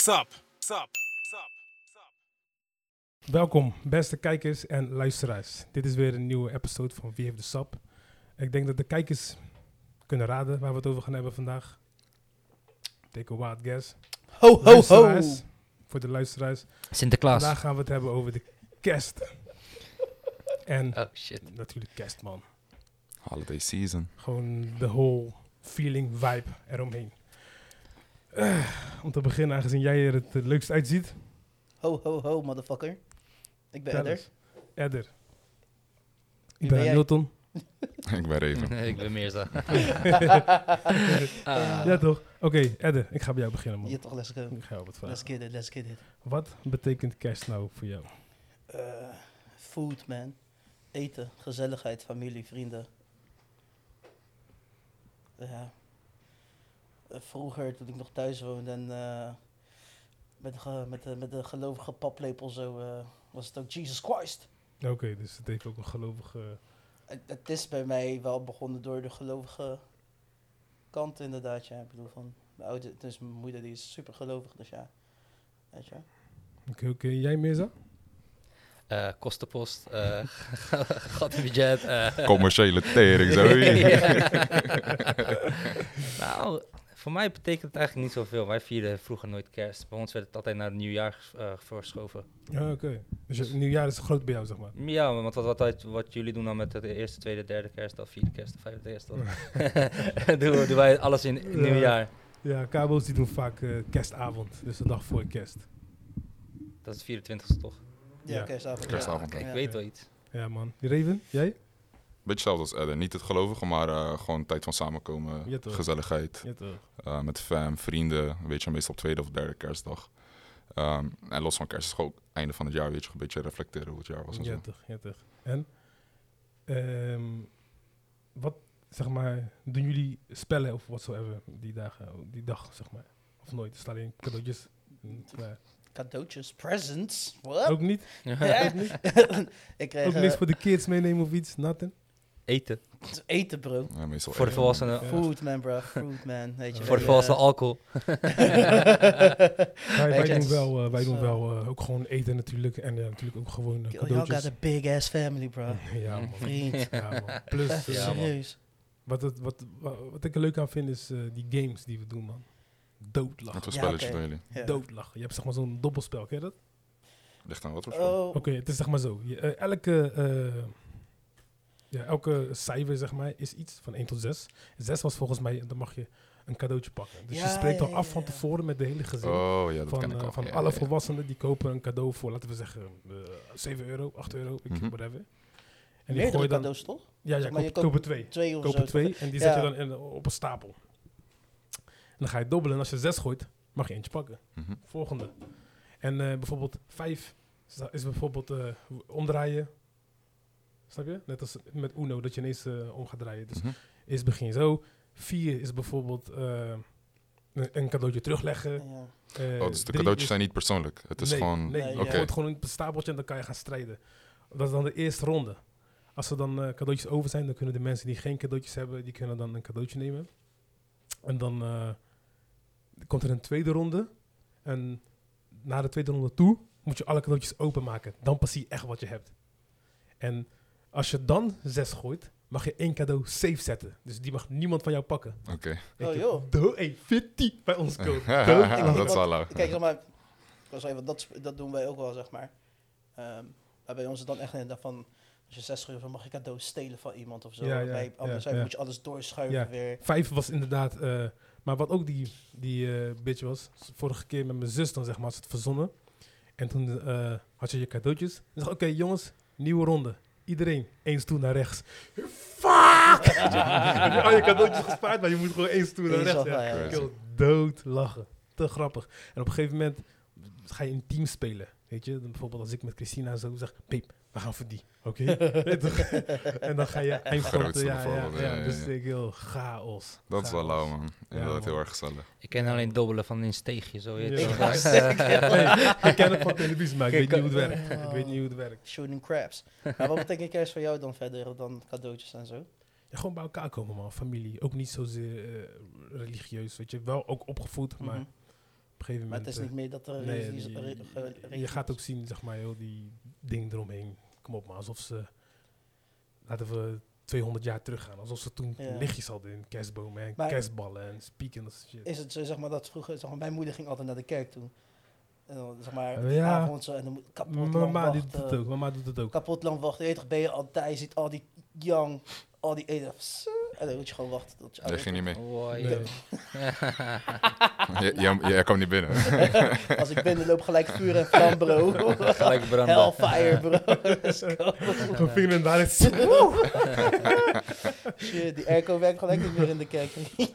Sup. Welkom, beste kijkers en luisteraars. Dit is weer een nieuwe episode van Wie heeft de Sap. Ik denk dat de kijkers kunnen raden waar we het over gaan hebben vandaag. Take a wild guess. Ho, ho, ho. Voor de luisteraars. Sinterklaas. Vandaag gaan we het hebben over de kerst. En Oh shit. natuurlijk kerstman. Holiday season. Gewoon de whole feeling, vibe eromheen. Om te beginnen, aangezien jij er het leukst uitziet. Ho, ho, ho, motherfucker. Ik ben Edder. Edder. Wie Ik ben ben jij? Milton. Ik ben Reven. Nee, ik ben meer zo. Ja toch? Oké, Edder, ik ga bij jou beginnen, man. Ja toch, let's go. Ik ga jou wat vragen. Let's get it. Wat betekent kerst nou voor jou? Food, man. Eten, gezelligheid, familie, vrienden. Ja. Vroeger, toen ik nog thuis woonde en met de gelovige paplepel zo, was het ook Jesus Christ. Oké, dus het heeft ook een gelovige... Het is bij mij wel begonnen door de gelovige kant inderdaad, ja. Ik bedoel van, dus mijn moeder die is super gelovig, dus ja. Weet je. Oké. Jij Mirza? Kostenpost. Gat in budget. Commerciële tering, zo. Nou, voor mij betekent het eigenlijk niet zoveel. Wij vierden vroeger nooit kerst. Bij ons werd het altijd naar het nieuwjaar verschoven. Ja, oké. Dus het nieuwjaar is groot bij jou, zeg maar. Ja, want wat jullie doen dan met de eerste, tweede, derde kerst, of vierde kerst, of vijfde kerst, doen wij alles in het nieuwjaar. Ja, Kabo's die doen vaak kerstavond, dus de dag voor kerst. Dat is het 24e toch? Ja, Ja. kerstavond. Kerstavond, ja. Ik Ja. weet wel iets. Ja, man. Die Raven, jij? Beetje hetzelfde als Edder. Niet het gelovige, maar gewoon tijd van samenkomen. Ja, toch. Gezelligheid. Ja, toch. Met fam, vrienden. Weet je, meestal op tweede of derde kerstdag. En los van kerst is gewoon einde van het jaar. Weet je, een beetje reflecteren hoe het jaar was en Ja, zo. toch. Ja, toch. En? Wat, zeg maar, doen jullie spellen of whatsoever die dag, zeg maar? Of nooit? Is het alleen cadeautjes? Nee. Cadeautjes, presents. What? Ook niet? Ja. Ook niet? Ik kreeg Ook niks voor de kids meenemen of iets? Nothing? Eten. eten, bro. Ja, meestal Voor de eten. volwassenen. Ja. Food, man, bro. Food, man. Weet je, Voor de volwassenen alcohol. Wij je, doen wel ook gewoon eten natuurlijk. En natuurlijk ook gewoon Y'all got cadeautjes. a big ass family, bro. Ja, man. Vriend. Ja, man. Plus, Even Ja, man. serieus. wat ik er leuk aan vind is die games die we doen, man. Doodlachen. Wat voor Ja, spelletjes oké. doen jullie? Ja. Doodlachen. Je hebt zeg maar zo'n dobbelspel, ken je dat? Ligt aan wat voor spel? Oh. Oké, het is zeg maar zo. Elke cijfer zeg maar is iets van 1 tot 6. 6 was volgens mij, dan mag je een cadeautje pakken. Dus je Ja, spreekt al ja, af ja, van ja. tevoren met de hele gezin. Oh, ja, dat ken ik Van, al. van Ja, alle ja. volwassenen die kopen een cadeau voor, laten we zeggen, 7 euro, 8 euro, Mhm. whatever. En die Meerdere gooi je dan... cadeaus, toch? Ja, Zeg maar, je kopen 2. Twee of Kopen zo. 2 en die Ja. zet je dan op een stapel. En dan ga je dobbelen en als je 6 gooit, mag je eentje pakken. Mhm. Volgende. En bijvoorbeeld 5 is bijvoorbeeld omdraaien. Snap je? Net als met Uno, dat je ineens om gaat draaien. Dus Mhm. eerst begin je zo. 4 is bijvoorbeeld een cadeautje terugleggen. Ja. Oh, dus de 3 cadeautjes is- zijn niet persoonlijk. Het is nee, gewoon... Nee, Nee, je ja. gooit gewoon in het stapeltje en dan kan je gaan strijden. Dat is dan de eerste ronde. Als er dan cadeautjes over zijn, dan kunnen de mensen die geen cadeautjes hebben, die kunnen dan een cadeautje nemen. En dan komt er een tweede ronde. En na de tweede ronde toe moet je alle cadeautjes openmaken. Dan pas zie je echt wat je hebt. En als je dan 6 gooit, mag je 1 cadeau safe zetten. Dus die mag niemand van jou pakken. Oké. Oh, joh. Hey, 50 bij ons code. Dat is wel lauw. Kijk, zeg maar, ik wil zeggen, dat doen wij ook wel, zeg maar. Maar bij ons is het dan echt inderdaad van, als je 6 gooit, dan mag je cadeau stelen van iemand of zo. Ja, ja, Bij anders ja, ja. moet je alles doorschuiven Ja. weer. 5 was inderdaad... maar wat ook die bitch was... Vorige keer met mijn zus dan zeg maar... Had ze het verzonnen. En toen had je je cadeautjes. En dacht oké, jongens, nieuwe ronde. Iedereen, 1 stoel naar rechts. Fuck! Heb je al je cadeautjes gespaard, maar je moet gewoon 1 stoel naar Eén rechts. zag, ja, ja. Ik wil dood lachen. Te grappig. En op een gegeven moment ga je in team spelen. Weet je, dan bijvoorbeeld als ik met Christina zo zeg... Babe, we gaan voor die. Oké? Weet je toch? En dan ga je eindstand. Grootste Ja, bijvoorbeeld, ja, ja, Dus ja. ik wil chaos. Dat is wel Chaos. lauw, man. Ja, Inderdaad, man. heel erg gezellig. Ik ken alleen dobbelen van een steegje. Zo Ja. heet het. Nee, ik ken het van televisie, maar ik weet niet hoe het werkt. Oh. Ik weet niet hoe het werkt. Shooting crabs. Maar wat betekent kerst voor jou dan verder dan cadeautjes en zo? Ja, gewoon bij elkaar komen, man. Familie. Ook niet zozeer religieus, weet je. Wel ook opgevoed, maar Mhm. een gegeven Maar moment... het is niet meer dat er... nee, die- je gaat ook zien, zeg maar, heel die ding eromheen. Kom op, maar alsof ze... Laten we 200 jaar teruggaan. Alsof ze toen Ja. lichtjes hadden in kerstbomen en Maar- kerstballen en spieken en dat soort shit. Is het zo, zeg maar, dat vroeger... Zeg maar, mijn moeder ging altijd naar de kerk toe. En dan, zeg maar, Ja. die avond zo... En dan moet kapot lang Mama doet het wachten. ook. Mama doet het ook. Kapot lang wachten. Je weet toch, ben je altijd... Je ziet al die young... Al die... En dan moet je gewoon wachten tot je Jij ging niet mee. Wow, Nee. Jij kwam niet binnen. Als ik binnen loop, gelijk vuur en vlam, bro. Gelijk branden. Hellfire, bro. Let's go. Mijn vinger in daar is... Shit, die airco werkt gelijk niet meer in de kerk.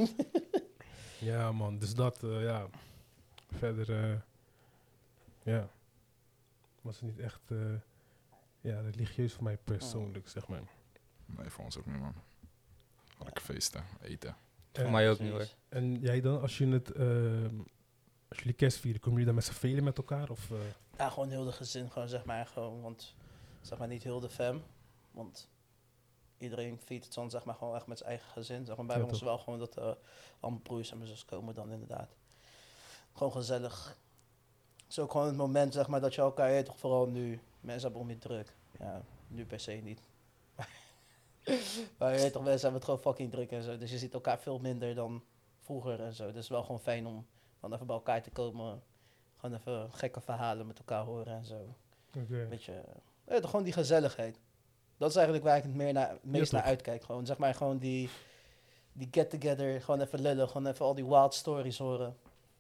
Ja, man. Dus dat, ja. Verder, ja. Was het niet echt, ja, religieus voor mij persoonlijk, zeg maar. Nee, voor ons ook niet, man. Lekker feesten, eten. Voor mij ook niet hoor. En jij dan, als je het, als jullie kerst vieren, komen jullie dan met z'n velen met elkaar? Of, Ja, gewoon heel de gezin, gewoon zeg maar, gewoon, want zeg maar niet heel de fam, want iedereen viert het dan zeg maar gewoon echt met zijn eigen gezin. Zeg maar bij Ja, ons toch. wel gewoon dat al mijn broers en mijn zus komen dan inderdaad. Gewoon gezellig. Het is ook gewoon het moment zeg maar dat je elkaar, je weet toch vooral nu, mensen hebben om je druk. Ja, nu per se niet. Maar je weet toch, mensen hebben het gewoon fucking druk en zo, dus je ziet elkaar veel minder dan vroeger en zo. Dus het is wel gewoon fijn om dan even bij elkaar te komen. Gewoon even gekke verhalen met elkaar horen en zo. Oké. Beetje, toch gewoon die gezelligheid. Dat is eigenlijk waar ik het meest toch. naar uitkijk. Gewoon, zeg maar gewoon die get-together, gewoon even lullen, gewoon even al die wild stories horen.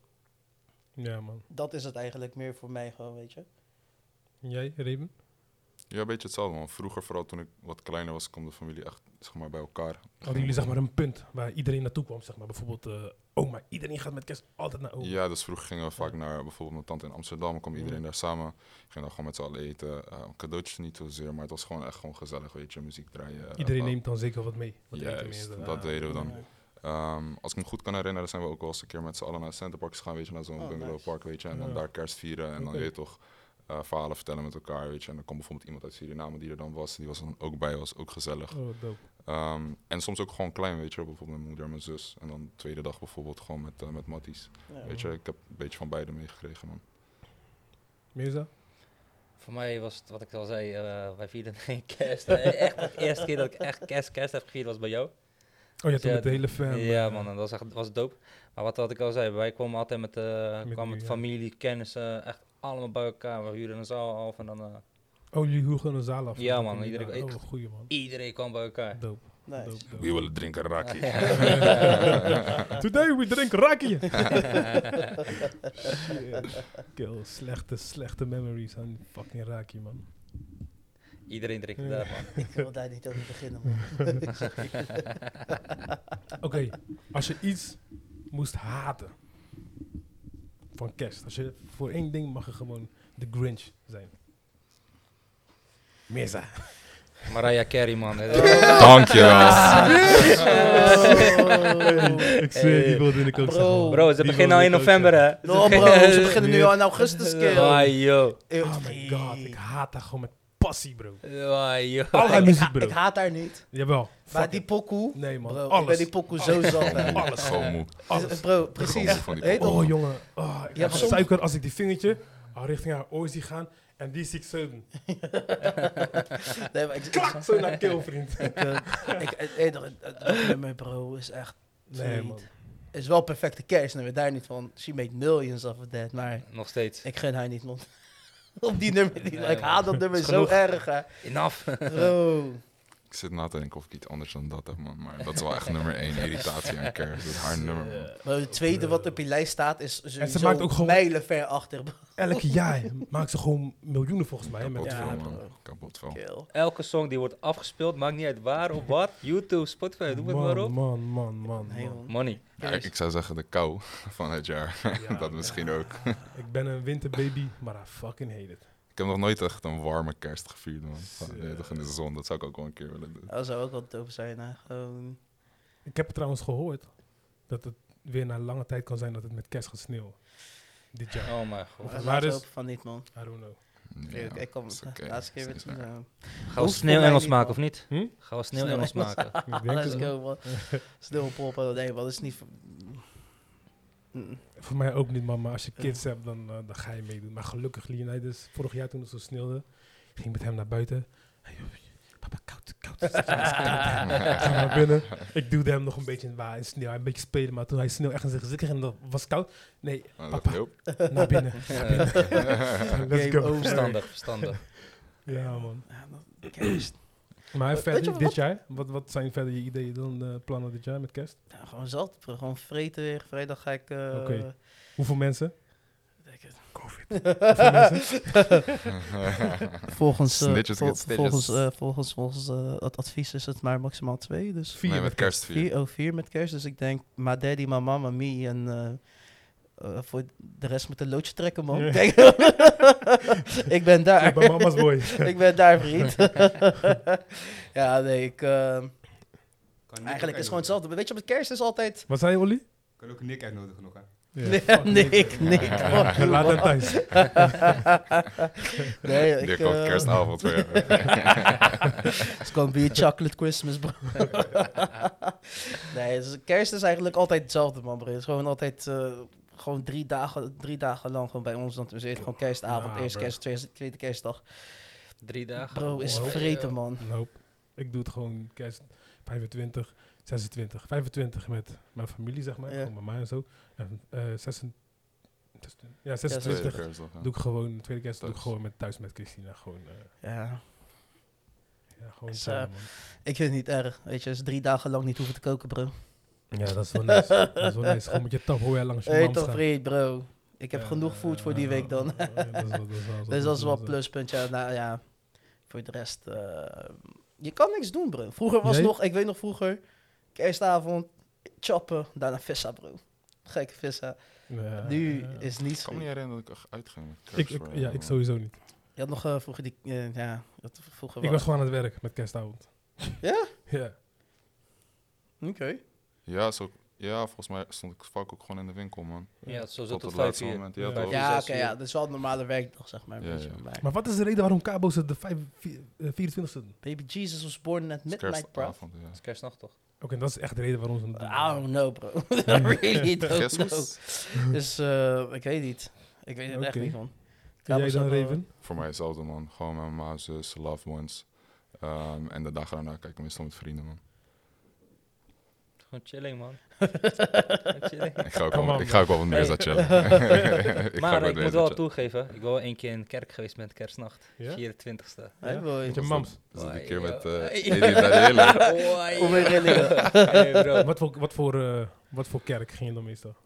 Ja, man. Dat is het eigenlijk meer voor mij gewoon, weet je. En jij, Reben? Ja, een beetje hetzelfde, man. Vroeger, vooral toen ik wat kleiner was, kwam de familie echt zeg maar, bij elkaar. Hadden jullie zeg maar een punt waar iedereen naartoe kwam, zeg maar? Bijvoorbeeld oma. Iedereen gaat met kerst altijd naar oma. Ja, dus vroeger gingen we vaak naar bijvoorbeeld mijn tante in Amsterdam. kwam iedereen daar samen. Gingen dan gewoon met z'n allen eten. Cadeautjes niet zozeer, maar het was gewoon echt gewoon gezellig, weet je. Muziek draaien. Iedereen neemt dan zeker wat mee. Wat eten Juist, mee is. dat deden we dan. Ja. Als ik me goed kan herinneren, zijn we ook wel eens een keer met z'n allen naar Centerparks gegaan, weet je, naar zo'n Oh, bungalowpark, weet je, en dan Ja. daar kerst vieren en dan Oké. weet je toch verhalen vertellen met elkaar, weet je, en dan kwam bijvoorbeeld iemand uit Suriname die er dan was, die was dan ook bij, was ook gezellig. Oh, dope. En soms ook gewoon klein, weet je, bijvoorbeeld mijn moeder en mijn zus, en dan de tweede dag bijvoorbeeld gewoon met matties, Ja. weet je, ik heb een beetje van beide meegekregen, man. Mirza? Voor mij was het wat ik al zei, wij vierden geen kerst. Echt de eerste keer dat ik echt kerst heb gevierd was bij jou. Oh ja, toen Ja, met de hele fam. Ja man, en dat was dope. Maar wat ik al zei, wij kwamen altijd met jullie, ja. familie, kennissen, echt allemaal bij elkaar. We huurden een zaal af en dan Oh, jullie huurden een zaal af? Ja, man, Jullie iedereen- daar- Oh, goeie man. iedereen kwam bij elkaar. Dope. Nice. Dope, dope. We willen drinken, raki. Today we drink raki. Kill, slechte memories aan die fucking raki, man. Iedereen drinkt Ja. daar man. Ik wil daar niet over beginnen, man. Oké, als je iets moest haten van kerst, als je voor één ding mag je gewoon de Grinch zijn. Mirza. Mariah Carey man. Dankjewel. Ik zweer, die wilde ik ook Bro. zeggen. Bro, ze Die beginnen al in wilde ik ook november hè. No bro, ze beginnen nu al in augustus, kill. Ah yo. zeggen. Oh my god, ik haat dat gewoon met passie, bro. Ah yo. Alle muziek, bro. Ik haat haar niet. Jawel. Maar fuck die it. pokoe, Nee, man. bro, ik Alles. ben die pokoe zo zat. hè. Alles gewoon moe. Alles. Bro, precies. Gewoon van die Weet je Oh, toch? jongen. Oh, ik Ja, heb maar soms- suiker als ik die vingertje richting haar oor zie gaan. En die zie ik zo doen. Nee, maar Klak, zo naar keel, vriend. dat nummer, bro, is echt... Nee, sweet. man. Is wel perfecte kerstnummer, daar niet van. She made millions of that, maar Nog steeds. ik gun haar niet, man. Op die nummer, Nee, ik haat dat nummer is zo genoeg. erg, hè. Enough. Bro. Ik zit na te denken of ik iets anders dan dat heb, man. Maar dat is wel echt nummer 1 irritatie aan kerst. Dat is haar nummer, man. Maar het tweede wat op je lijst staat is sowieso maakt ook gewoon- mijlenver achter. Elk jaar maakt ze gewoon miljoenen volgens mij. hè, Met, Kapot Ja, veel, bro. man. Kapot veel. Kill. Elke song die wordt afgespeeld, maakt niet uit waar of wat. YouTube, Spotify, doe het maar op. Man. Nee, man. Money. Ja, ik zou zeggen de kou van het jaar. Ja, Dat misschien ook. Ik ben een winterbaby, maar I fucking hate it. Ik heb nog nooit echt een warme kerst gevierd, man. Nee, toch in de zon. Dat zou ik ook wel een keer willen doen. Dat zou ook wel dope zijn, hè. Gewoon... Ik heb trouwens gehoord dat het weer na lange tijd kan zijn dat het met kerst gaat sneeuwen. Dit jaar. Oh mijn god. Waar Laat is- hopen van niet, man. I don't know. Ja, Ik kom is de oké. laatste keer Is weer niet zien. erg. Gaan we Hoeft voor sneeuw mij Engels niet, maken man. of niet? Hm? Gaan we sneeuw Engels maken? Ik denk Let's het wel. go, man. Sneeuwpop, nee, man, dat is niet... Voor mij ook niet, man. Maar als je kids hebt, dan ga je meedoen. Maar gelukkig, Leonidas, vorig jaar toen het zo sneeuwde, ging met hem naar buiten. Hey, papa, koud. Ik ga naar binnen. Ik duwde hem nog een beetje in sneeuw. Hij een beetje spelen, maar toen hij sneeuw echt in zijn gezicht kreeg en dat was koud. Nee, papa, naar binnen. Let's go. Verstandig. Ja, man. Ja, kerst. Maar verder, je dit jaar, wat zijn verder je ideeën dan, plannen dit jaar met kerst? Ja, gewoon zelf. Gewoon vreten weer. Vrijdag ga ik... Oké. Hoeveel mensen? denk het. COVID. Hoeveel mensen? Volgens Snitches get stitches. volgens het advies is het maar maximaal 2. Dus 4 Nee, met kerst 4. 4 met kerst. Dus ik denk, my daddy, my mama, me en voor de rest moet een loodje trekken, man. Ja. Kijk, ik ben daar. Bij mama's boy. Ik ben daar, vriend. Ja, nee, ik... eigenlijk is het gewoon hetzelfde. Weet je, met kerst is altijd... Wat zei je, Olly? Kan ook Nick uitnodigen nog, hè? Ja, Nee, fuck Nick. Fuck you, Laat hem man. thuis. Nee, Die komt kerstavond weer. It's gonna be a chocolate Christmas, bro. Nee, dus kerst is eigenlijk altijd hetzelfde, man, bro. Het is gewoon altijd... gewoon 3 dagen lang gewoon bij ons. Dan we gewoon kerstavond, Ja, eerste bro. kerst, tweede kerstdag. 3 dagen. Bro, is Oh, vreten, man. Nope. Ik doe het gewoon kerst 25, 26. 25 met mijn familie, zeg maar. Ja. Gewoon met mij en zo. En 26. Ja, Tweede 26 kerstdag, ja. doe ik gewoon, tweede kerst doe ik Thuis. gewoon thuis met Christina. Gewoon, Ja, gewoon Is, chillen, man. ik vind het niet erg. Weet je, dus 3 dagen lang niet hoeven te koken, bro. Ja, dat is wel nice. Dat is wel nice. Gewoon met je Tupperware langs je Hey, mams toch, gaan. vriend, bro. Ik heb Ja, genoeg food voor die week dan. Dus dat is wel een pluspunt, ja. Nou ja, voor de rest... je kan niks doen, bro. Vroeger was Jij? nog... Ik weet nog vroeger... Kerstavond, choppen, daarna vissa, bro. Gekke vissa. Nu is niet Ik zo. kan me niet herinneren dat ik echt uitging met Ik, kerst. ik sowieso niet. Je had nog vroeger die... ja, dat vroeger Ik was gewoon aan het werk met kerstavond. Ja? Ja. Oké. Ja, volgens mij stond ik vaak ook gewoon in de winkel, man. Ja, zo Tot tot het laatste 5 uur. moment, ja, Ja. toch? Ja, 6 oké, uur. ja. Dat is wel een normale werkdag, zeg maar. Ja, weet je, ja. maar Maar wat is de reden waarom Cabo's het de 24e doen? Baby Jesus was born at Het is midnight, bro. kerstavond, ja. Het is kerstnacht toch? Oké, dat is echt de reden waarom ze het doen. I don't know, bro. I really don't know. Jesus. Dus ik weet niet. Ik weet het echt Oké. niet van. En jij Cabo's dan, hebben- Raven? Voor mij hetzelfde, man. Gewoon met mijn ma, zus, loved ones. En de dagen daarna kijken we meestal met vrienden, man. Gewoon chilling, man. Gewoon chilling. Ik ga ook Come wel, on, ik ga ook wel wat meer Hey. dat chillen. Maar ik moet wel toe. toegeven, ik ben wel 1 keer in de kerk geweest met kerstnacht. Ja? 24ste. Hey, boy. Met je mams. Dat is Hoi, een keer met yo. Eddie Daniele. Om weer rillingen. Hey, bro. Wat voor kerk ging je dan meestal?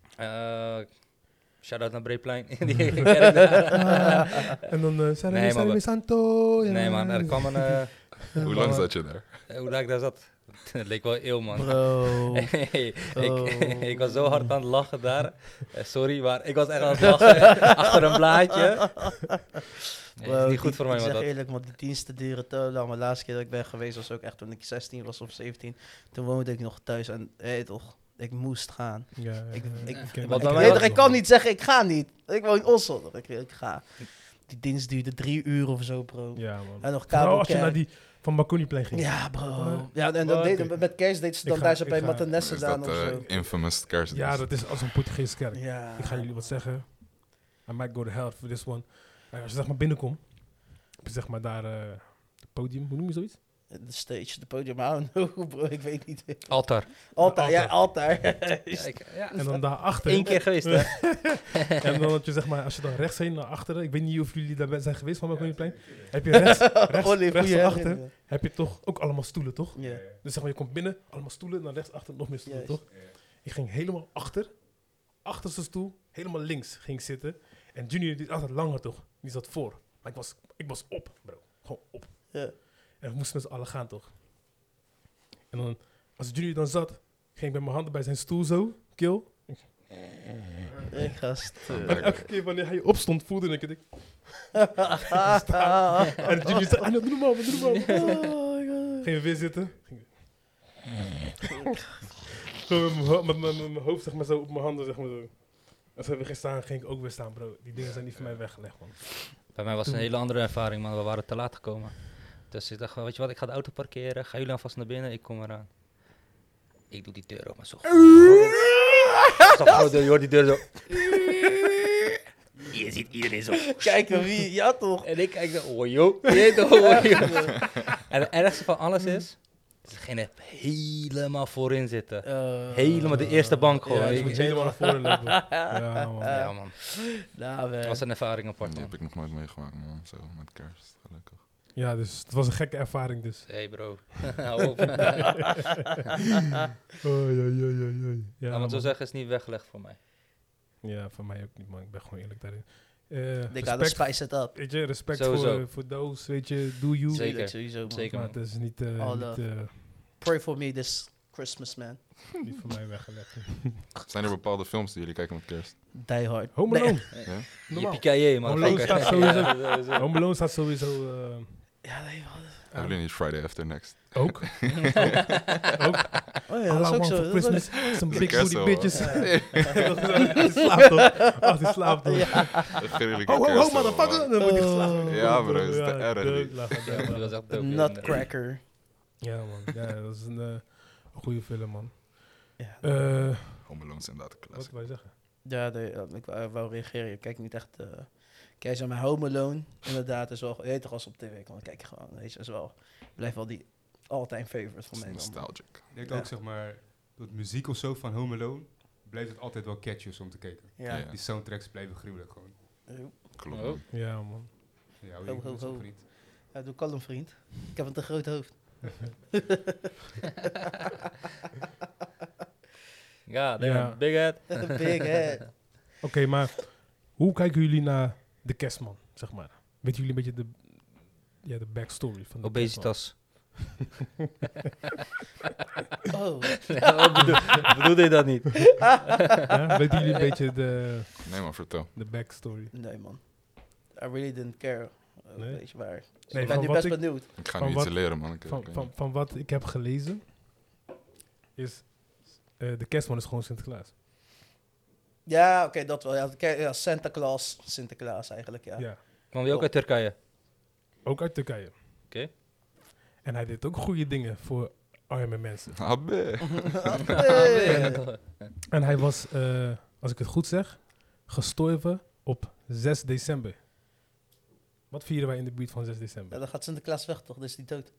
Shout-out naar Breeplein. Die kerk daar. En dan Nee, Salve man, Santo. ja. Nee man, er kwam een... Hoe lang zat je daar? hoe lang ik daar zat? Het leek wel eeuw, man. Bro. Hey, Oh. ik was zo hard aan het lachen daar. Sorry, maar ik was echt aan het lachen achter een blaadje. Nee, het is niet goed voor mij, Ik man. zeg Dat. eerlijk, want die diensten duren te lang. Maar de laatste keer dat ik ben geweest was ook echt toen ik 16 was of 17. Toen woonde ik nog thuis en toch, ik moest gaan. Ja, Ik ken wat dat. bij mij was- Ik kan niet zeggen, ik ga niet. Ik woon in Ossel. Ik ga. Die dienst duurde 3 uur of zo, bro. Ja, man. En nog Vooral als je kabelkerk. naar die van Marconiplein ging. Ja, bro. Oh. Ja, en dan Oké. met kerst deed ze dan Ik ga- daar zo ik bij ga- Matanesse Is dan dat of zo. infamous kerstdienst? Ja, dat is als een Portugese kerk. Ja. Ik ga jullie wat zeggen. I might go to hell for this one. Als je zeg maar binnenkomt, heb je zeg maar daar het podium, hoe noem je zoiets? De stage, de podium, I don't know, bro. Ik weet niet. Altaar. Altaar, ja, altaar. Ja, En dan daarachter. 1 keer geweest, hè? En dan had je zeg maar, als je dan rechts heen naar achteren, ik weet niet of jullie daar zijn geweest van Marconiplein, heb je rechts Ollie, rechts goeie achter, herinnering. heb je toch ook allemaal stoelen, toch? Ja. Dus zeg maar, je komt binnen, allemaal stoelen, dan rechts achter nog meer stoelen, Juist. toch? Ik ging helemaal achterste stoel, helemaal links ging ik zitten. En Junior die is altijd langer, toch? Die zat voor. Maar ik was op, bro. Gewoon op. Ja. En we moesten met z'n allen gaan, toch? En dan, als Junior dan zat, ging ik met mijn handen bij zijn stoel zo, kill. Ik ga En elke keer wanneer hij opstond, voelde ik het. En Junior zei, ah, doe maar, doe maar. Gingen we weer zitten. Gewoon met mijn hoofd zeg maar, zo op mijn handen. Zeg maar, zo. Als we weer gaan staan, ging ik ook weer staan, bro. Die dingen zijn niet voor mij weggelegd, man. Bij mij was het een hele andere ervaring, man. We waren te laat gekomen. Dus ik dacht, weet je wat, ik ga de auto parkeren. Ga jullie alvast naar binnen, ik kom eraan. Ik doe die deur open, zo. Je hoort die deur zo. Je ziet iedereen zo. Kijken wie, ja toch? En ik kijk zo, oh joh. En het ergste van alles is, ze gingen helemaal voorin zitten. Helemaal de eerste bank gewoon. Ja, weet je je. moet helemaal naar voren lopen. Ja, man. Ja, man. Nou, Dat was een ervaring apart, Die man. heb ik nog nooit meegemaakt, man. Zo, met kerst. Gelukkig. Ja, dus het was een gekke ervaring dus. Hey bro. Hou op. Oei, oei, oei, oei. Ja, Ja, want zo man. zeggen is niet weggelegd voor mij. Ja, voor mij ook niet, man. Ik ben gewoon eerlijk daarin. they gotta spice it up. Weet je, respect Sowieso. voor those, weet je, do you. Zeker. Tuurlijk, sowieso, man. Zeker. Maar het is niet, All Pray for me this Christmas, man. niet voor mij weggelegd. Zijn er bepaalde films die jullie kijken met kerst? Die Hard. Home Alone. Ja? Normaal. Yippie-ki-yay, man. Home Alone staat sowieso. Home Alone staat sowieso Ja, nee, man. Hebben jullie niet Friday After Next? ook. Oh ja, dat is All I ook want zo. for dat is ook- Christmas, some big Kerst booty wel, bitches. Ja. Die slaapt toch? Oh, die slaapt toch? Oh, motherfucker! Dan moet hij geslagen worden. Ja, bro, dat is te erg. dood lachen, Ja, dood dat was lachen. echt dope. Nutcracker. Ja, man. Ja, dat is een goede film, man. Ja, Home Alone is inderdaad een Wat classic. wil je zeggen? ja ik wou reageren. Ik kijk niet echt... Kijk, zo mijn Home Alone, inderdaad, is wel... Je weet toch, als op tv kan kijk je gewoon, weet je, is wel... Blijft wel die all-time favorite van mij. man. Nostalgic. Ik denk Ja. ook, zeg maar, dat muziek of zo van Home Alone, blijft het altijd wel catchy om te kijken. Ja. Ja. Die soundtracks blijven gruwelijk gewoon. Klopt. Oh. man. Ja, man. Ja, Ho, hoe ho, je zo'n ho. vriend. Ja, doe kalm, vriend. Ik heb een te groot hoofd. Ja, Ja. big head. Big head. Oké, maar hoe kijken jullie naar de kerstman, zeg maar? Weten jullie een beetje de backstory van de Obesitas. Oh. Bedoelde je dat niet? kerstman? Ja? Weten jullie een beetje Nee man, vertel. de backstory? Nee, man. I really didn't care. Nee? Weet je waar. Nee, Ik ben van nu wat best ik- benieuwd. Ik ga Van nu iets wat- leren man. Van wat ik heb gelezen, is de kerstman is gewoon Sinterklaas. Ja, oké, dat wel. Ja, Sinterklaas eigenlijk, ja. Ja. Kwam die ook uit Turkije? Ook uit Turkije. Oké. En hij deed ook goede dingen voor arme mensen. Habbe. En hij was, als ik het goed zeg, gestorven op 6 december. Wat vieren wij in de buurt van 6 december? Ja, dan gaat Sinterklaas weg, toch? Dan is hij dood.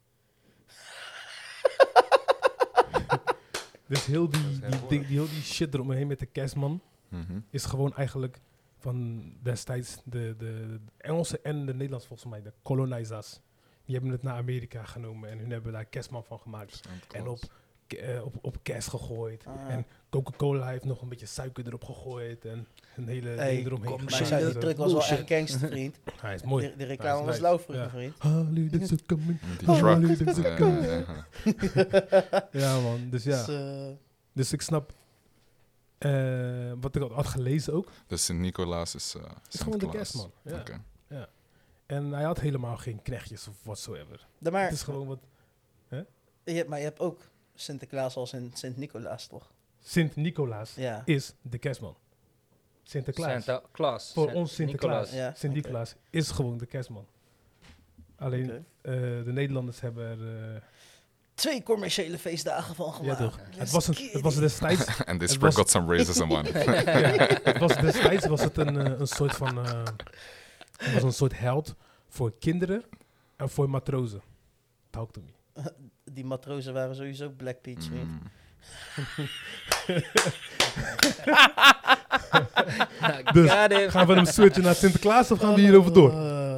Dus heel Dat is die, heel die, mooi. ding, heel die shit eromheen met de kerstman Mhm. is gewoon eigenlijk van destijds de Engelsen en de Nederlanders volgens mij, de colonizers. Die hebben het naar Amerika genomen en hun hebben daar kerstman van gemaakt. En op kerst gegooid. Ah. En Coca-Cola heeft nog een beetje suiker erop gegooid en een hele Hey, ding eromheen Maar gemaakt. zei, die Zo. truc was wel Bullshit. echt gangster, vriend. Hij is mooi. Die reclame Ja, was is lauw nice. voor je, Ja. vriend. Holidays are coming. Die truck. Holidays are coming. Ja. Ja man, dus ja. Dus, Dus ik snap wat ik had gelezen ook. Dus Sint-Nicolaas is Het is gewoon de Sinterklaas. kerstman. Ja. Oké. En hij had helemaal geen knechtjes of whatsoever. maar, Het is gewoon wat... maar je hebt ook Sinterklaas als in Sint-Nicolaas, toch? Sint-Nicolaas Ja. is de kerstman. Sinterklaas. Santa Claus. Voor ons Sinterklaas. Ja, Sint-Nicolaas is gewoon de kerstman. Alleen Oké. de Nederlanders hebben er... 2 commerciële feestdagen van ja, gemaakt. toch. Let's Het was destijds... And they Het was- got some racism on. Destijds was het een soort van... het was een soort held voor kinderen en voor matrozen. Talk to me. Die matrozen waren sowieso Black Peach, vriend. Mm. Dus Got him. gaan we hem switchen naar Sinterklaas of gaan we hierover door?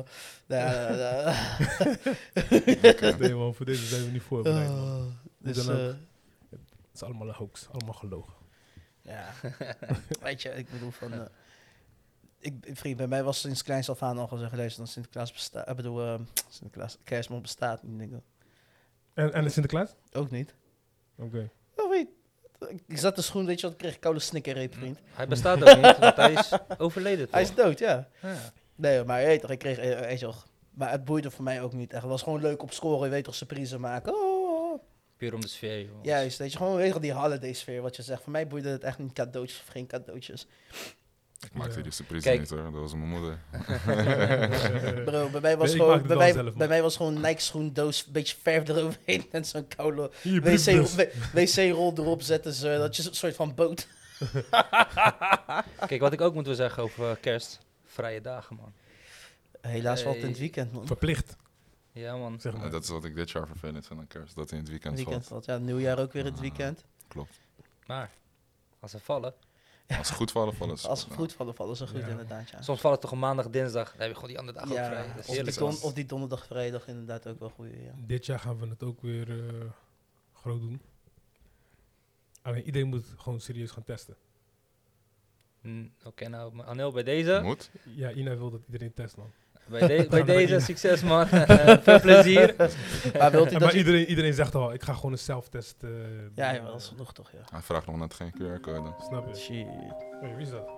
Nee man, voor deze zijn we niet voorbereid man. Dus, dan ook. Het is allemaal een hoax, allemaal gelogen. ja. Weet je, ik bedoel van... vriend, bij mij was sinds kleins af aan al gezegd, luister, dat Sinterklaas bestaat. Ik bedoel, Sinterklaas, kerstman bestaat niet, denk ik. En de Sinterklaas? Ook niet. Oké. Oh, weet ik zat de schoen, weet je wat, ik kreeg een koude snikkerreep, vriend. Hij bestaat ook niet, want hij is overleden toch? Hij is dood, ja. Ja. Nee, maar je weet toch, ik kreeg, weet je toch, maar het boeide voor mij ook niet echt. Het was gewoon leuk op scoren, je weet toch, surprise maken. Oh. Puur om de sfeer, joh. Juist, weet je, gewoon weet je, wel, die holiday sfeer, wat je zegt. Voor mij boeide het echt niet cadeautjes of geen cadeautjes. Ik maakte Ja. die surprise Kijk. niet hoor, dat was mijn moeder. Bro, bij mij was Nee, ik gewoon, maak het bij wel mij, zelf, man. bij mij was gewoon Nike schoendoos, een beetje verf eroverheen en zo'n koude Hier, briefbus. wc-rol erop zetten ze, dat je een soort van boot. Kijk, wat ik ook moet wel zeggen over kerst. Vrije dagen, man. Helaas valt het in het weekend, man. Verplicht, Ja, man. zeg maar. Dat is wat ik dit jaar vervelend vind aan kerst. Dat hij in het weekend, Weekend valt. valt. Ja, nieuwjaar ook weer het weekend. Klopt. Maar, als ze vallen. Als ze goed vallen, vallen ze. Als ze goed vallen, vallen ze goed Ja. inderdaad, ja. Soms vallen het toch een maandag, dinsdag. Dan heb je gewoon die andere dag ook vrij. Dat is of die, heerlijk. of die donderdag, vrijdag inderdaad ook wel goed, ja. Dit jaar gaan we het ook weer groot doen. Alleen iedereen moet gewoon serieus gaan testen. Oké, nou, maar Anil, bij deze. Moet? Ja, Ina wil dat iedereen test, man. Bij deze, succes, man. Veel plezier. Maar wilt u Maar dat je... iedereen zegt al, ik ga gewoon een self-test. Ja, dat is genoeg toch, ja. Hij vraagt nog net geen QR-code. Snap je? Shit. Hey, wie is dat?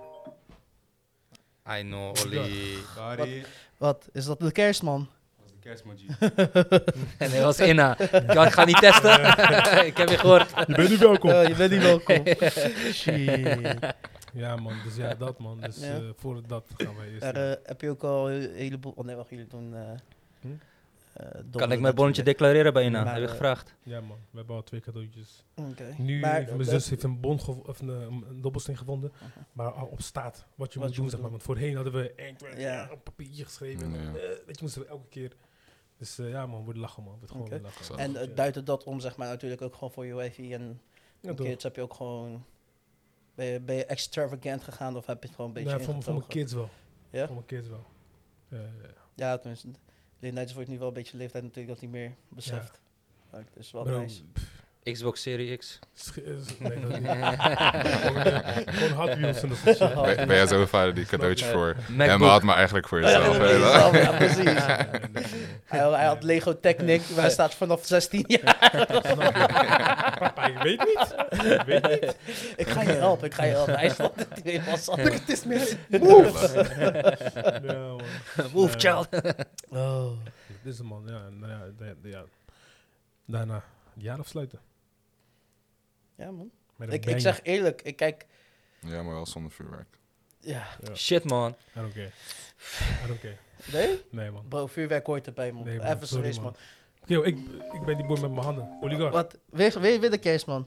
I know, Olly. Sorry. Wat, is dat de kerstman? Dat is de kerstman, G. En hij was Inna. Ja, ik ga niet testen. Ik heb je gehoord. Je bent niet welkom. Je bent niet welkom. Shit. Ja, man. Dus ja, dat, man. Dus Ja. voor dat gaan wij eerst... Daar heb je ook al een heleboel... Oh nee, wacht, jullie doen... Kan ik mijn bonnetje declareren bij Inna? Maar, Heb je gevraagd? Ja, man. We hebben al 2 cadeautjes. Oké. Nu Maar heeft mijn zus heeft een bon of een dobbelsteen gevonden. Maar al op staat wat je Wat moet je doen, moet zeg maar. doen. Want voorheen hadden we 1, 2, Ja. op papiertje geschreven. Ja. Weet je, moesten we elke keer... Dus ja, man. Wordt lachen, man. Wordt gewoon Oké. weer lachen. Zo. En duidt het dat om, zeg maar, natuurlijk ook gewoon voor je wifey en Ja, toch. kids heb je ook gewoon... Ben je extravagant gegaan of heb je het gewoon een beetje Nee, voor mijn ingetogen? kids wel. Ja? Voor mijn kids wel. Ja. Ja, tenminste. Leeftijd wordt nu wel een beetje leeftijd natuurlijk dat hij meer beseft. Ja. Het is wel Bro, nice. Xbox Series X. nee, dat niet. Gewoon Hot Wheels en dat soort shit. Ben jij zo'n vader die cadeautjes voor hem MacBook. had, maar eigenlijk voor jezelf? Ja, hè? jezelf, ja, precies. Nee. Hij had Lego Technic, waar staat vanaf 16 jaar. Papa, je weet niet. Je weet niet. Ik ga je helpen. Hij slaat het helemaal zat. Het is meer move. Ja, man. Move, child. Oh. Dit is de man, ja. Nou ja, daarna het jaar afsluiten. Ja, man. Met een Ik bang. zeg eerlijk, ik kijk... Ja, maar wel zonder vuurwerk. Ja. Ja. Shit, man. I don't care. Nee? Nee, man. Bro, vuurwerk hoort erbij, man. Nee, man. Even Sorry, serieus, man. Yo, ik ben die boy met mijn handen. Oligarch. Wat? Weer de kerstman.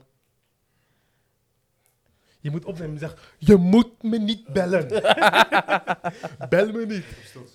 Je moet opnemen en zeggen, je moet me niet bellen. Bel me niet.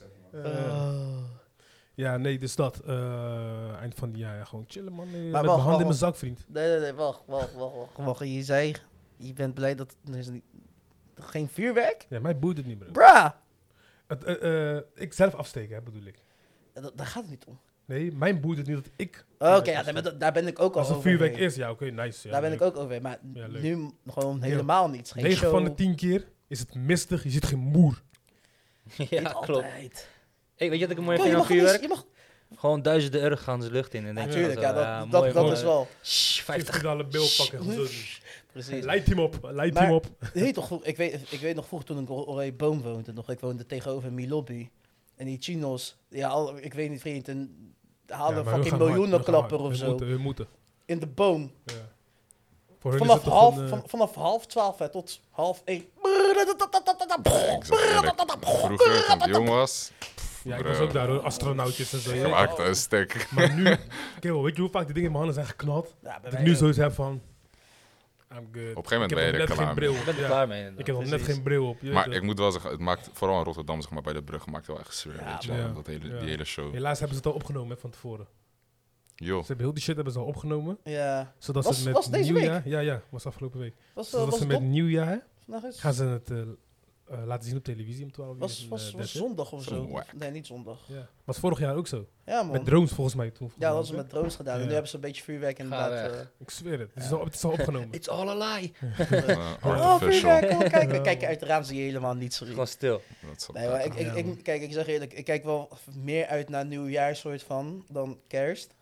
Ja, nee, dus dat. Eind van het jaar, ja, gewoon chillen, man. Met mijn wacht, handen in mijn wacht. zak, vriend. Nee, wacht. Je zei, je bent blij dat er is niet... Geen vuurwerk? Ja, mij boeit het niet, bro. Bruh! Ik zelf afsteken, hè, bedoel ik. Daar gaat het niet om. Nee, mijn boeit het niet dat ik... Oké, ja, daar ben ik ook al Als er overheen. vuurwerk is, ja, oké, nice. Ja, Daar ben leuk. ik ook over. Maar Ja, leuk. nu gewoon helemaal niet. Geen 9 show. van de 10 keer is het mistig, je ziet geen moer. Niet Ja, klopt. altijd. Hey, weet je wat ik een mooi Yo, vind je aan mag niet... vuurwerk? Je mag... Gewoon duizenden euro gaan ze lucht in. En denk je Natuurlijk, van zo, ja, mooi, dat gewoon, is wel. shh, 50. $50 bill pakken. Gewoon zo. Precies. Leid hem op, leid Maar- hem op. Nee, toch, ik weet nog vroeger toen ik op Oranje Boom woonde. Ik woonde tegenover mijn lobby. En die chinos, ja, ik weet niet vriend, en haalden Ja, maar hun fucking gaan hard, miljoenenklapper hun of gaan zo. hard. Hun moeten. In de boom. Ja. Voor hun is het toch Vanaf half 12 hè, tot half 1. Ik zeg eerlijk, vroeger toen ik jong was, Ja, ik was ook daar hoor, astronautjes en zo. ja. maakte een stuk. Maar nu, kerel, weet je hoe vaak die dingen in mijn handen zijn geknald? Ja, bij Dat ik mij nu ook. zoiets heb van, I'm good. Op een gegeven moment Ik ben je heb er nog net klaar geen bril mee. Ik ben er Ja. klaar mee inderdaad. Ik heb nog net Precies. geen bril op. je Maar weet ik het. moet wel zeggen, het maakt vooral in Rotterdam, zeg maar, bij de brug, maakt wel echt sfeer, Ja, weet je. ja. Dat hele, Ja. die hele show. Helaas hebben ze het al opgenomen hè, van tevoren. Joh, Ze hebben heel die shit hebben ze al opgenomen. Ja. Zodat Was- ze met was deze nieuwjaar... Ja, was afgelopen week. Zodat Was ze met nieuwjaar vandaag is? gaan ze het laten zien op televisie om 12 uur. Was that's it. zondag of Zo zo? wack. Nee, niet zondag. Ja. Was vorig jaar ook zo. Ja, man. Met drones volgens mij toen. Ja, dat was met drones gedaan. En Ja. nu hebben ze een beetje vuurwerk inderdaad. weg. Ik zweer het. Het is Ja. al, het is al opgenomen. It's all a lie. Oh, artificial. vuurwerk. Kom kijken. Ja. Kijk, uit het raam zie je helemaal niet, sorry. Gewoon stil. Dat is Nee, maar Ja, man. kijk, ik zeg eerlijk, ik kijk wel meer uit naar nieuwjaar soort van dan kerst.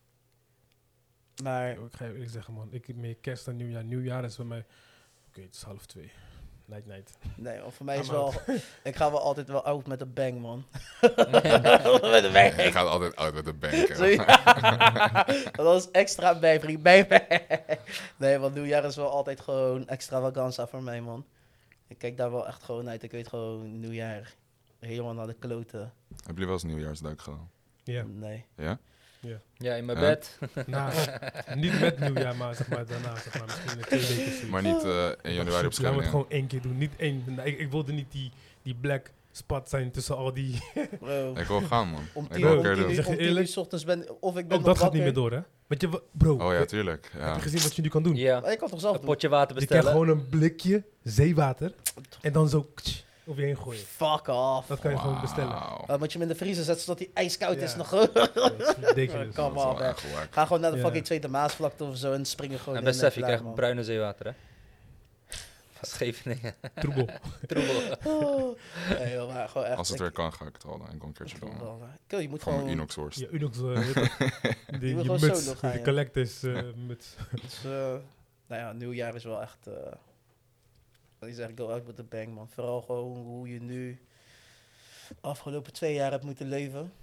Maar Ik ga je eerlijk zeggen, man. Ik heb meer kerst dan nieuwjaar. Nieuwjaar is bij mij... Oké, het is 1:30. Night. nee, want voor mij is I'm wel, out. ik ga wel altijd wel out met een bang, man. Met een bang. Je gaat altijd uit met de bank. hè. Zo, ja. Dat is extra bij, vriend. Bij mij. Nee, want nieuwjaar is wel altijd gewoon extravaganza voor mij, man. Ik kijk daar wel echt gewoon uit. Ik weet gewoon, nieuwjaar helemaal naar de kloten. Heb je wel eens nieuwjaarsduik gedaan? Ja. Nee. Ja? Ja, in mijn Ja. bed. Niet met nieuwjaar, maar zeg maar daarna. Zeg maar, misschien 2 weken. Zoiets. Maar niet in januari op Laten we het Scheveningen. gewoon 1 keer doen. Niet 1. Ik wilde niet die black spot zijn tussen al die... Bro, Ik wil gaan, man. om Ik 10 wil een uur keer doen. Zeg je om 10 eerlijk? uur 's ochtends ben of ik ben Ook nog dat gaat niet wakker. meer door, hè? Weet je, bro, Oh ja, tuurlijk. heb Ja. je gezien wat je nu kan doen? Ja, Maar ik kan toch zelf een doen? potje water Je krijgt bestellen. gewoon een blikje zeewater en dan zo over je heen gooien. Fuck off. Dat kan je gewoon bestellen. Wauw. Moet je hem in de vriezer zetten zodat hij ijskoud is Ja. nog. Dat is ridiculous. Kom Dat is op, wel hè. echt wack. Ga gewoon naar de Ja. fucking Tweede Maasvlakte of zo en springen gewoon En in besef, je klaar, krijgt man. bruine zeewater, hè? Van Scheveningen. Troebel. Troebel. Nee, joh, maar gewoon echt. Als het weer kan, ga ik het wel dan een keertje doen. man. Kill, je moet Van mijn gewoon... Unox-worst. Ja, Unox, weet je, die moet je gewoon muts, solo gaan, die ja. collectors muts. Dus, nou ja, nieuwjaar is wel echt... wat ik zeg, go out with the bang, man. Vooral gewoon hoe je nu afgelopen 2 jaar hebt moeten leven.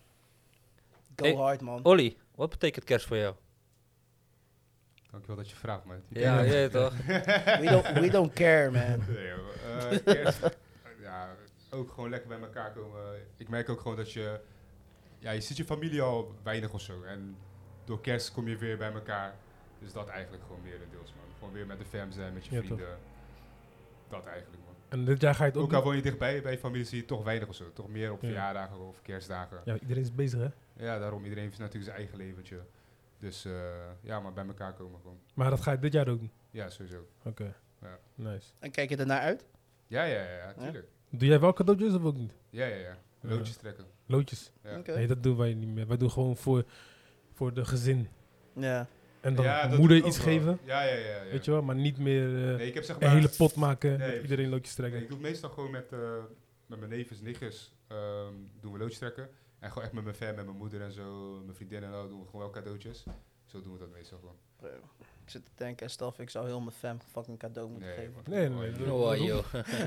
Go Hey, hard, man. Olly, wat betekent kerst voor jou? Dankjewel dat je vraagt, man. Ja, je toch? We don't care, man. Nee, joh. Kerst, ja, ook gewoon lekker bij elkaar komen. Ik merk ook gewoon dat je ziet je familie al weinig of zo. En door kerst kom je weer bij elkaar. Dus dat eigenlijk gewoon merendeels, man. Gewoon weer met de fam zijn, met je Ja, vrienden. Dat eigenlijk, man. En dit jaar ga je het ook Ook al doen? woon je dichtbij, bij je familie zie je toch weinig of zo. Toch meer op Ja. verjaardagen of kerstdagen. Ja, iedereen is bezig, hè? Ja, daarom. Iedereen heeft natuurlijk zijn eigen leventje. Dus ja, maar bij elkaar komen gewoon. Maar dat ga je dit jaar ook doen? Ja, sowieso. Oké. Ja. Nice. En kijk je ernaar uit? Ja, tuurlijk. Doe jij wel cadeautjes of ook niet? Ja. Loodjes trekken. Loodjes? Ja. Oké. Nee, dat doen wij niet meer. Wij doen gewoon voor de gezin. Ja. En dan Ja, dat moeder doe ik iets ook wel. geven, Ja. weet je wel? Maar niet meer Nee, ik heb zeg een maar... hele pot maken, Nee, met iedereen loodjes Nee, trekken. ik doe het meestal gewoon met mijn neefjes, nichtjes. Doen we loodjes trekken. En gewoon echt met mijn fam, met mijn moeder en zo. Mijn vriendin en al doen we gewoon wel cadeautjes. Zo doen we dat meestal gewoon. Bro, ik zit te denken, stel ik zou heel mijn fam fucking cadeau moeten Nee, geven. man. Nee. Oh, joh.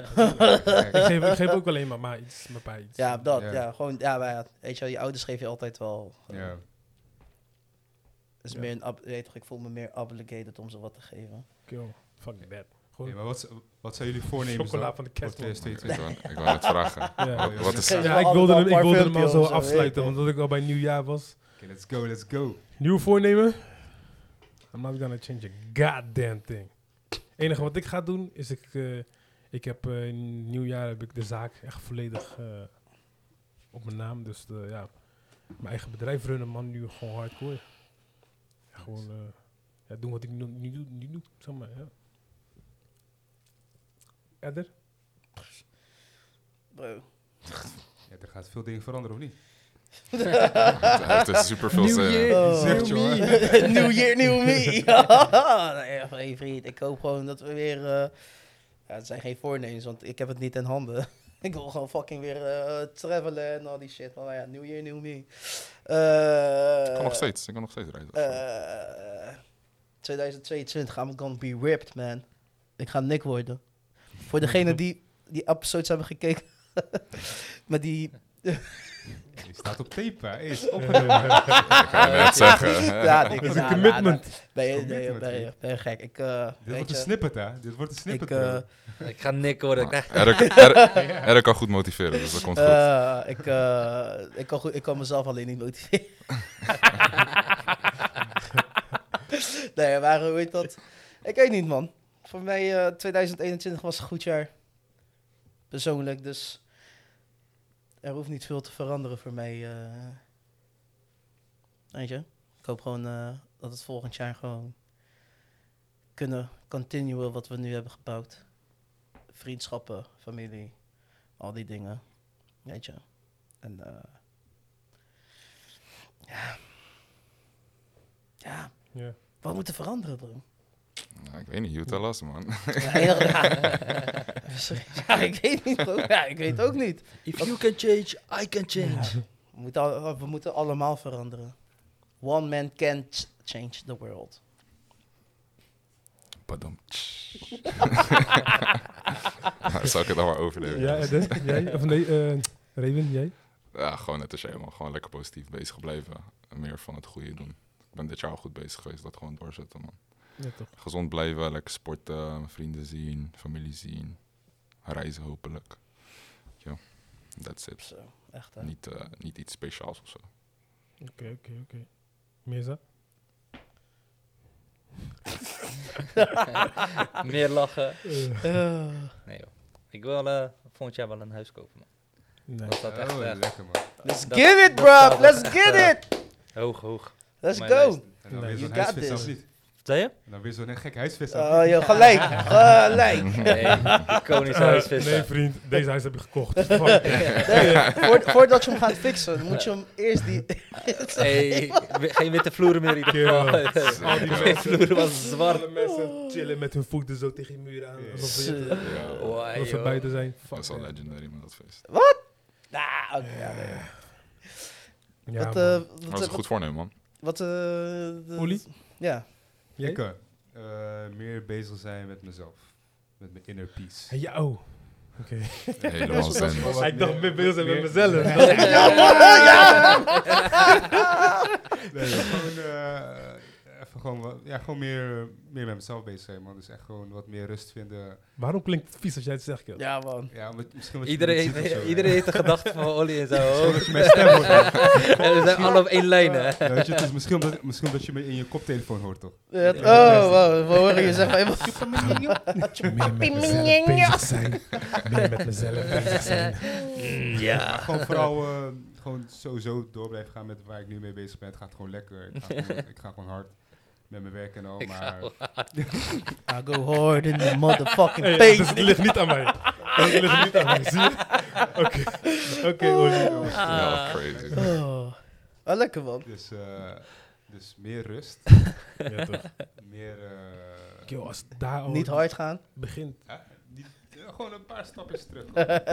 Ik geef ook alleen maar iets, mijn pa iets. Ja, dat, Ja. ja. Gewoon, ja, maar ja, weet je wel, je ouders geven je altijd wel. Ja. Het is Ja. meer weet toch, ik voel me meer obligated om ze wat te geven. Kill. Fucking that. Hey, Gewoon maar wat zijn jullie voornemens chocola dan van de voor kerstman. 2022? Ik wou net vragen. Ja. Wat is Geef Ja, me ik allemaal wilde een paar hem al filmpjes zo of zo, afsluiten, weet je. omdat ik al bij nieuwjaar was. Oké, let's go. Nieuwe voornemen? I'm not gonna change a goddamn thing. Het enige wat ik ga doen, is ik heb nieuwjaar heb ik de zaak echt volledig op mijn naam. Dus ja, mijn eigen bedrijf runnen, man, nu gewoon hardcore. Ja, gewoon ja, doen wat ik nu doe, zeg maar, ja. Edder? Bro. Ja, er gaat veel dingen veranderen, of niet? Hij heeft er super veel zin in. Oh. Zegt je, hoor. New year, new me. Nee, vriend, ik hoop gewoon dat we weer... ja, het zijn geen voornemens, want ik heb het niet in handen. Ik wil gewoon fucking weer travelen en al die shit. Maar ja, new year, new me. Ik kan nog steeds reizen. 2022, I'm gonna be ripped, man. Ik ga Nick worden. Voor degenen die episodes hebben gekeken. Maar die... Die staat op tape, hè? Is Ik ga je net zeggen. Ja, Nick Dat is is een commitment. Ben je Commitment, gek? Ik, Dit weet wordt een je, snippet, hè? Dit wordt een snippet. ik, bro. Ik ga Nick worden. Erik kan goed motiveren, dus dat komt goed. ik kan mezelf alleen niet motiveren. Nee, maar hoe heet dat? Ik weet niet, man. Voor mij 2021 was een goed jaar. Persoonlijk, dus er hoeft niet veel te veranderen voor mij. Weet je? Ik hoop gewoon dat het volgend jaar gewoon kunnen continuen wat we nu hebben gebouwd. Vriendschappen, familie, al die dingen. Weet je? En ja, Ja. wat moet er veranderen, bro? Nou, ik weet niet, you tell us, man. Ja, ik weet niet, bro. Ja, ik weet ook niet. If you can change, I can change. We moeten allemaal veranderen. One man can't change the world. Padam. Nou, zal ik het dan maar overnemen? Ja, Edder? Jij? Of nee, Raven, jij? Ja, gewoon net als jij, man. Gewoon lekker positief bezig blijven. En meer van het goede doen. Ik ben dit jaar al goed bezig geweest. Dat gewoon doorzetten, man. Ja, toch. Gezond blijven, lekker sporten, vrienden zien, familie zien. Reizen hopelijk. Ja, that's it. Zo, echt hè. Niet iets speciaals of zo. Oké. Mirza? Meer lachen. Eh, Nee joh. Ik wil volgend jaar wel een huis kopen, man. Nee. Dat staat echt lekker man. Let's Dat- get it, dat bro. staat Let's echt, get it. Hoog. Let's Mijn go. lijst. En dan Nee. weer zo'n You got huisvis this. of niet? Wat zei je? En dan weer zo'n gek huisvis of Oh, joh, gelijk. Nee, koningshuisvis. Nee, vriend. Deze huis heb je gekocht. Fuck. Voordat je hem gaat fixen, dan moet je hem eerst die... Hey, geen witte vloeren meer in ieder Kill. geval. Al die Geen mensen, vloeren was zwart. alle mensen chillen met hun voeten zo tegen je muur aan. Alsof we, Wow, alsof we joh. buiten zijn. Dat Fuck. is al legendary met dat feest. Nou, oké, ja, nee. Ja, Wat, man. Dat is een goed voornemen, man. Olie? Ja. Jij? Ik meer bezig zijn met mezelf. Met mijn inner peace. Hey, ja, oh. Oké. Helemaal zen. Ik dacht meer bezig zijn met meer- mezelf. Nee, gewoon, even gewoon meer met mezelf bezig zijn, man. Dus echt gewoon wat meer rust vinden. Waarom klinkt het vies als jij het zegt, joh? Ja, man. Ja, misschien wat je Iedereen niet ziet of zo, iedereen heeft de gedachte van Olly in zijn Gewoon hoofd. dat je mijn stem hoort. En we zijn alle op één lijn, hè. Ja, weet je, het is misschien omdat je me in je koptelefoon hoort, toch? Oh, wow. We horen je zeggen helemaal... Meer met mezelf bezig zijn. Meer met mezelf bezig zijn. Maar gewoon vooral gewoon sowieso door blijven gaan met waar ik nu mee bezig ben. Het gaat gewoon lekker. Ik ga gewoon hard met mijn werk en al. Maar I go hard in the motherfucking Hey, paint. dus het ligt niet aan mij. Het ligt niet aan mij, zie je? Oké, Olie. Ja, crazy. Oh. Ah, lekker, man. dus meer rust. Ja, toch. Meer... Kill, als het daar al Niet hard gaan. begint. gewoon een paar stapjes terug.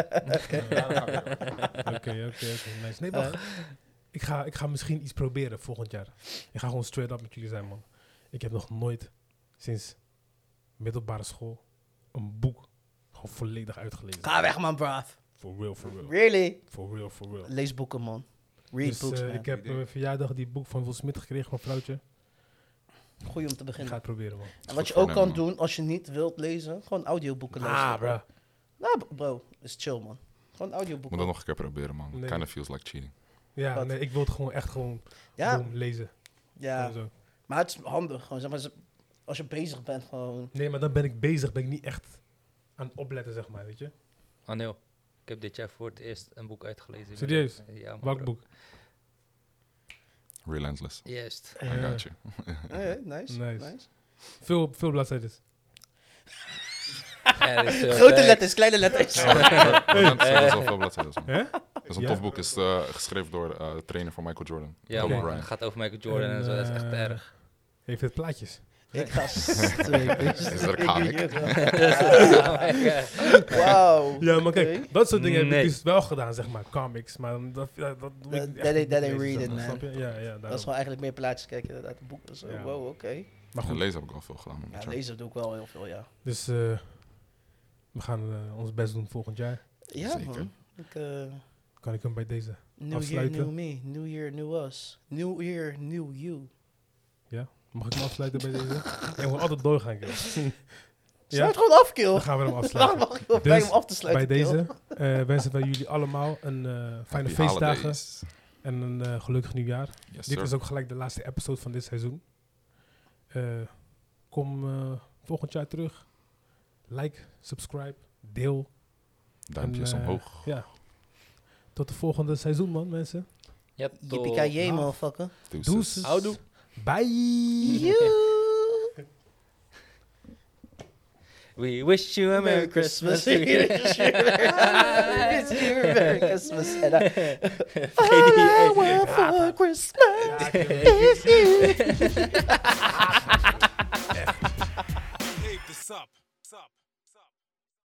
Oké, nice. Nee, wacht. Ik ga misschien iets proberen volgend jaar. Ik ga gewoon straight up met jullie zijn, man. Ik heb nog nooit sinds middelbare school een boek gewoon volledig uitgelezen. Ga weg, man, brav. For real. Really? For real. Lees boeken, man. Read Dus books, man. ik heb mijn verjaardag die boek van Will Smith gekregen, mijn vrouwtje. Goeie om te Ik beginnen. ga het proberen, man. En wat je Goed ook kan voornemen, doen als je niet wilt lezen, gewoon audioboeken luisteren. Ah, bro. Nou, bro, is chill, man. Gewoon Moet audioboeken. dat nog een keer proberen, man. Nee. Kinda feels like cheating. Ja, Wat? nee, ik wil het gewoon echt gewoon Ja, boom, lezen. ja. Gewoon zo. Maar het is handig. Gewoon, zeg maar, als je bezig bent, gewoon... Nee, maar dan ben ik bezig, ben ik niet echt aan het opletten, zeg maar, weet je. Anil, ik heb dit jaar voor het eerst een boek uitgelezen. Serieus? Ja, man, Welk bro. boek? Relentless. Juist. I got you. Nice. Veel bladzijden. Ja, dit is veel Grote tekst. letters, kleine letters. Dat is wel veel bladzijden. man. Hè? Dat is een Ja? tof boek. Is geschreven door de trainer van Michael Jordan. Ja, Kobe man. Bryant. Het gaat over Michael Jordan en zo. Dat is echt erg. Heeft het plaatjes? Ik ga strepen. Is dat een comic? Wauw. Ja, maar kijk, Oké. dat soort dingen heb Nee. ik dus wel gedaan, zeg maar, comics. Maar dat doe ik That echt ain't- niet that ain't lezen, reading, snap man. je? Ja, Dat is daarom. gewoon eigenlijk meer plaatjes kijken inderdaad. Boeken zo. Ja. Wow, oké. Maar Ja, goed, lezen heb ik al veel gedaan. man. Ja, lezen doe ik wel heel veel, ja. dus we gaan ons best doen volgend jaar. Ja, Zeker. man. Ik, Kan ik hem bij deze new year, afsluiten? new me. New year, new us. New year, new you. Mag ik hem afsluiten bij deze? Ja, we gaan altijd doorgaan, kill. Sluit gewoon af, kill. Dan gaan we hem Waarom afsluiten. mag ik wel bij Dus hem af te sluiten, Bij kill? deze wensen wij jullie allemaal een fijne Happy feestdagen holidays. en een gelukkig nieuwjaar. Yes, Dit sir. is ook gelijk de laatste episode van dit seizoen. Kom volgend jaar terug. Like, subscribe, deel. Duimpjes en, omhoog. Ja. Tot de volgende seizoen, man, mensen. Ja, Yippie-ki-yay, motherfucker. Does. Houdoe. Bye. We wish you a Merry Christmas. It's your Merry Christmas. And I Vergeet niet- want for Christmas is you.